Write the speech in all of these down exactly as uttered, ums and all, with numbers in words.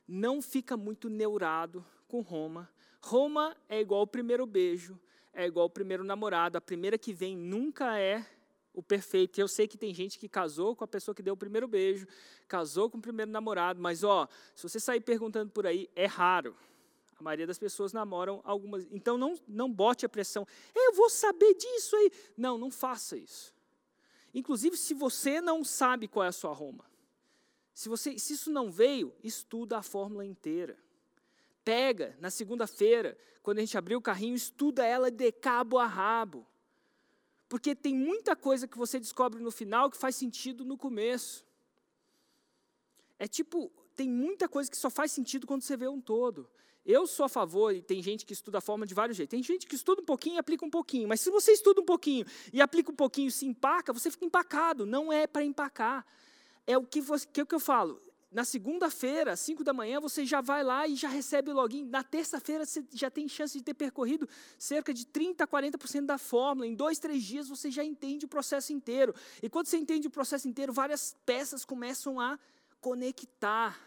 não fica muito neurado com Roma. Roma é igual o primeiro beijo, é igual o primeiro namorado. A primeira que vem nunca é o perfeito. Eu sei que tem gente que casou com a pessoa que deu o primeiro beijo, casou com o primeiro namorado, mas, ó, se você sair perguntando por aí, é raro. A maioria das pessoas namoram algumas. Então, não, não bote a pressão. Eu vou saber disso aí. Não, não faça isso. Inclusive, se você não sabe qual é a sua Roma, se, você, se isso não veio, estuda a fórmula inteira. Pega, na segunda-feira, quando a gente abrir o carrinho, estuda ela de cabo a rabo. Porque tem muita coisa que você descobre no final que faz sentido no começo. É tipo, tem muita coisa que só faz sentido quando você vê um todo. Eu sou a favor, e tem gente que estuda a forma de vários jeitos. Tem gente que estuda um pouquinho e aplica um pouquinho. Mas se você estuda um pouquinho e aplica um pouquinho e se empaca, você fica empacado. Não é para empacar. É o que, você, que, é o que eu falo. Na segunda-feira, às cinco da manhã, você já vai lá e já recebe o login. Na terça-feira, você já tem chance de ter percorrido cerca de trinta a quarenta por cento da fórmula. Em dois, três dias, você já entende o processo inteiro. E quando você entende o processo inteiro, várias peças começam a conectar.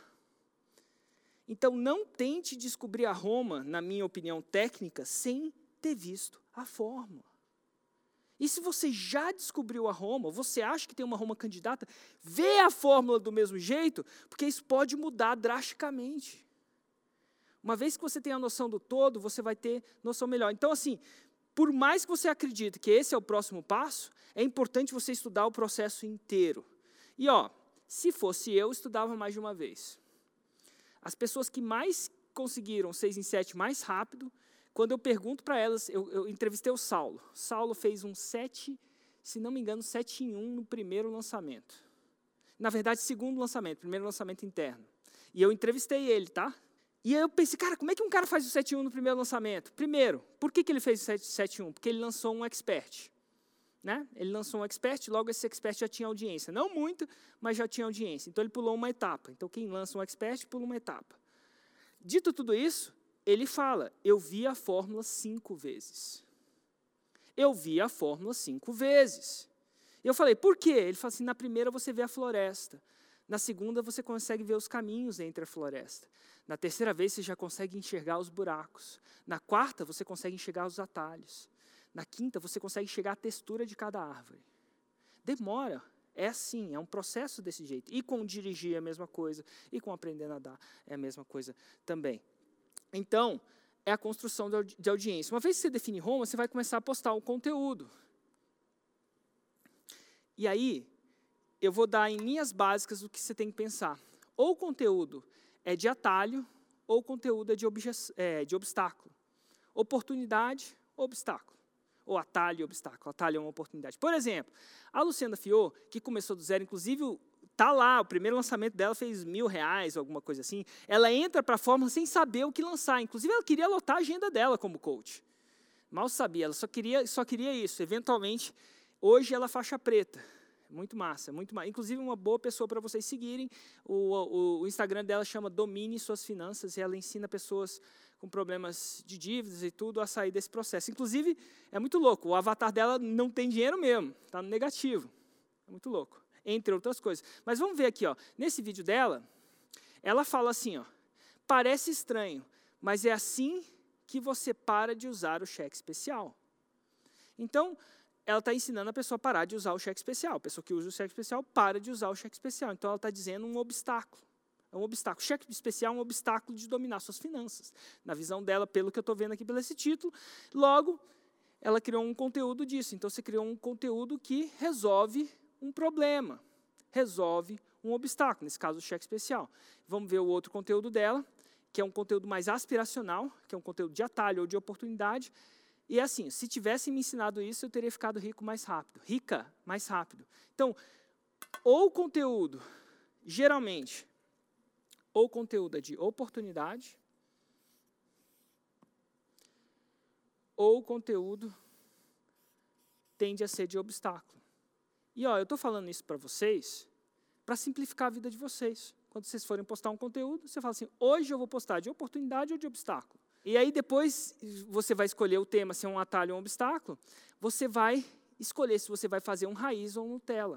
Então, não tente descobrir a Roma, na minha opinião técnica, sem ter visto a fórmula. E se você já descobriu a Roma, você acha que tem uma Roma candidata, vê a fórmula do mesmo jeito, porque isso pode mudar drasticamente. Uma vez que você tem a noção do todo, você vai ter noção melhor. Então, assim, por mais que você acredite que esse é o próximo passo, é importante você estudar o processo inteiro. E, ó, se fosse eu, estudava mais de uma vez. As pessoas que mais conseguiram seis em sete mais rápido, quando eu pergunto para elas, eu, eu entrevistei o Saulo. Saulo fez um sete, se não me engano, sete em um no primeiro lançamento. Na verdade, segundo lançamento, primeiro lançamento interno. E eu entrevistei ele, tá? E aí eu pensei, cara, como é que um cara faz o sete em um no primeiro lançamento? Primeiro, por que, que ele fez o sete em um? Porque ele lançou um expert. Né? Ele lançou um expert, logo esse expert já tinha audiência. Não muito, mas já tinha audiência. Então, ele pulou uma etapa. Então, quem lança um expert, pula uma etapa. Dito tudo isso, ele fala, eu vi a fórmula cinco vezes. Eu vi a fórmula cinco vezes. Eu falei, por quê? Ele fala assim, na primeira você vê a floresta. Na segunda você consegue ver os caminhos entre a floresta. Na terceira vez você já consegue enxergar os buracos. Na quarta você consegue enxergar os atalhos. Na quinta, você consegue chegar à textura de cada árvore. Demora. É assim, é um processo desse jeito. E com dirigir é a mesma coisa. E com aprender a nadar é a mesma coisa também. Então, é a construção de audiência. Uma vez que você define Roma, você vai começar a postar um conteúdo. E aí, eu vou dar em linhas básicas o que você tem que pensar. Ou o conteúdo é de atalho, ou o conteúdo é de, é, de obstáculo. Oportunidade, obstáculo. Ou atalho e obstáculo. Atalho é uma oportunidade. Por exemplo, a Luciana Fior, que começou do zero, inclusive está lá, o primeiro lançamento dela fez mil reais, alguma coisa assim. Ela entra para a fórmula sem saber o que lançar. Inclusive, ela queria lotar a agenda dela como coach. Mal sabia, ela só queria, só queria isso. Eventualmente, hoje ela é faixa preta. Muito massa, muito massa. Inclusive, uma boa pessoa para vocês seguirem. O, o, o Instagram dela chama Domine Suas Finanças, e ela ensina pessoas com problemas de dívidas e tudo a sair desse processo. Inclusive, é muito louco, o avatar dela não tem dinheiro mesmo, está no negativo. É muito louco, entre outras coisas. Mas vamos ver aqui, ó, nesse vídeo dela, ela fala assim, ó, parece estranho, mas é assim que você para de usar o cheque especial. Então, ela está ensinando a pessoa a parar de usar o cheque especial. A pessoa que usa o cheque especial para de usar o cheque especial. Então, ela está dizendo um obstáculo. É um obstáculo. O cheque especial é um obstáculo de dominar suas finanças. Na visão dela, pelo que eu estou vendo aqui, pelo esse título. Logo, ela criou um conteúdo disso. Então, você criou um conteúdo que resolve um problema. Resolve um obstáculo. Nesse caso, o cheque especial. Vamos ver o outro conteúdo dela, que é um conteúdo mais aspiracional, que é um conteúdo de atalho ou de oportunidade. E é assim, se tivesse me ensinado isso, eu teria ficado rico mais rápido. Rica mais rápido. Então, ou o conteúdo, geralmente, ou conteúdo é de oportunidade, ou o conteúdo tende a ser de obstáculo. E ó, eu estou falando isso para vocês, para simplificar a vida de vocês. Quando vocês forem postar um conteúdo, você fala assim, hoje eu vou postar de oportunidade ou de obstáculo. E aí depois você vai escolher o tema, se é um atalho ou um obstáculo, você vai escolher se você vai fazer um raiz ou um Nutella.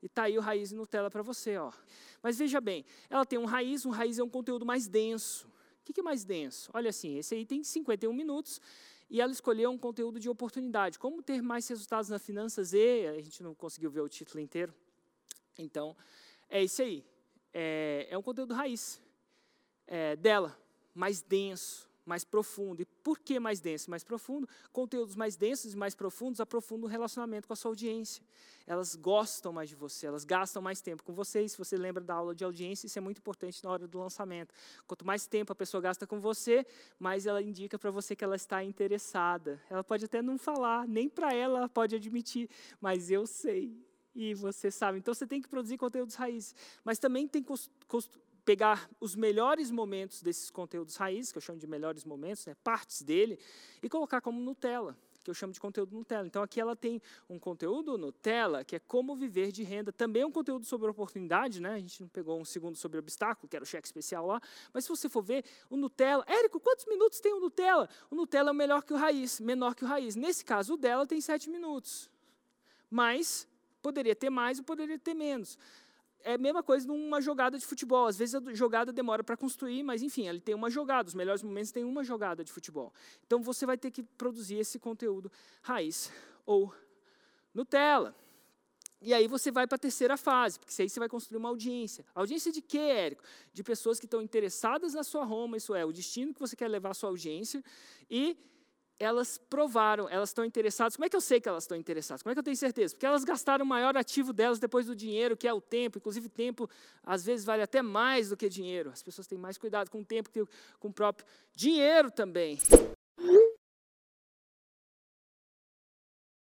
E está aí o Raiz e Nutella para você. Ó. Mas veja bem, ela tem um Raiz, um Raiz é um conteúdo mais denso. O que é mais denso? Olha assim, esse aí tem cinquenta e um minutos e ela escolheu um conteúdo de oportunidade. Como ter mais resultados nas finanças e... A gente não conseguiu ver o título inteiro. Então, é esse aí. É, é um conteúdo raiz é, dela, mais denso, mais profundo. E por que mais denso e mais profundo? Conteúdos mais densos e mais profundos aprofundam o relacionamento com a sua audiência. Elas gostam mais de você, elas gastam mais tempo com você. E se você lembra da aula de audiência, isso é muito importante na hora do lançamento. Quanto mais tempo a pessoa gasta com você, mais ela indica para você que ela está interessada. Ela pode até não falar, nem para ela ela pode admitir, mas eu sei. E você sabe. Então, você tem que produzir conteúdos raízes. Mas também tem que pegar os melhores momentos desses conteúdos raízes, que eu chamo de melhores momentos, né, partes dele, e colocar como Nutella, que eu chamo de conteúdo Nutella. Então, aqui ela tem um conteúdo Nutella, que é como viver de renda. Também é um conteúdo sobre oportunidade, né? A gente não pegou um segundo sobre obstáculo, que era o cheque especial lá. Mas, se você for ver, o Nutella... Érico, quantos minutos tem o Nutella? O Nutella é melhor que o Raiz, menor que o Raiz. Nesse caso, o dela tem sete minutos. Mas... poderia ter mais ou poderia ter menos. É a mesma coisa numa jogada de futebol. Às vezes a jogada demora para construir, mas, enfim, ele tem uma jogada. Os melhores momentos têm uma jogada de futebol. Então, você vai ter que produzir esse conteúdo raiz ou Nutella. E aí você vai para a terceira fase, porque aí você vai construir uma audiência. Audiência de quê, Érico? De pessoas que estão interessadas na sua Roma, isso é, o destino que você quer levar a sua audiência, e elas provaram, elas estão interessadas. Como é que eu sei que elas estão interessadas? Como é que eu tenho certeza? Porque elas gastaram o maior ativo delas depois do dinheiro, que é o tempo. Inclusive, tempo, às vezes, vale até mais do que dinheiro. As pessoas têm mais cuidado com o tempo que com o próprio dinheiro também.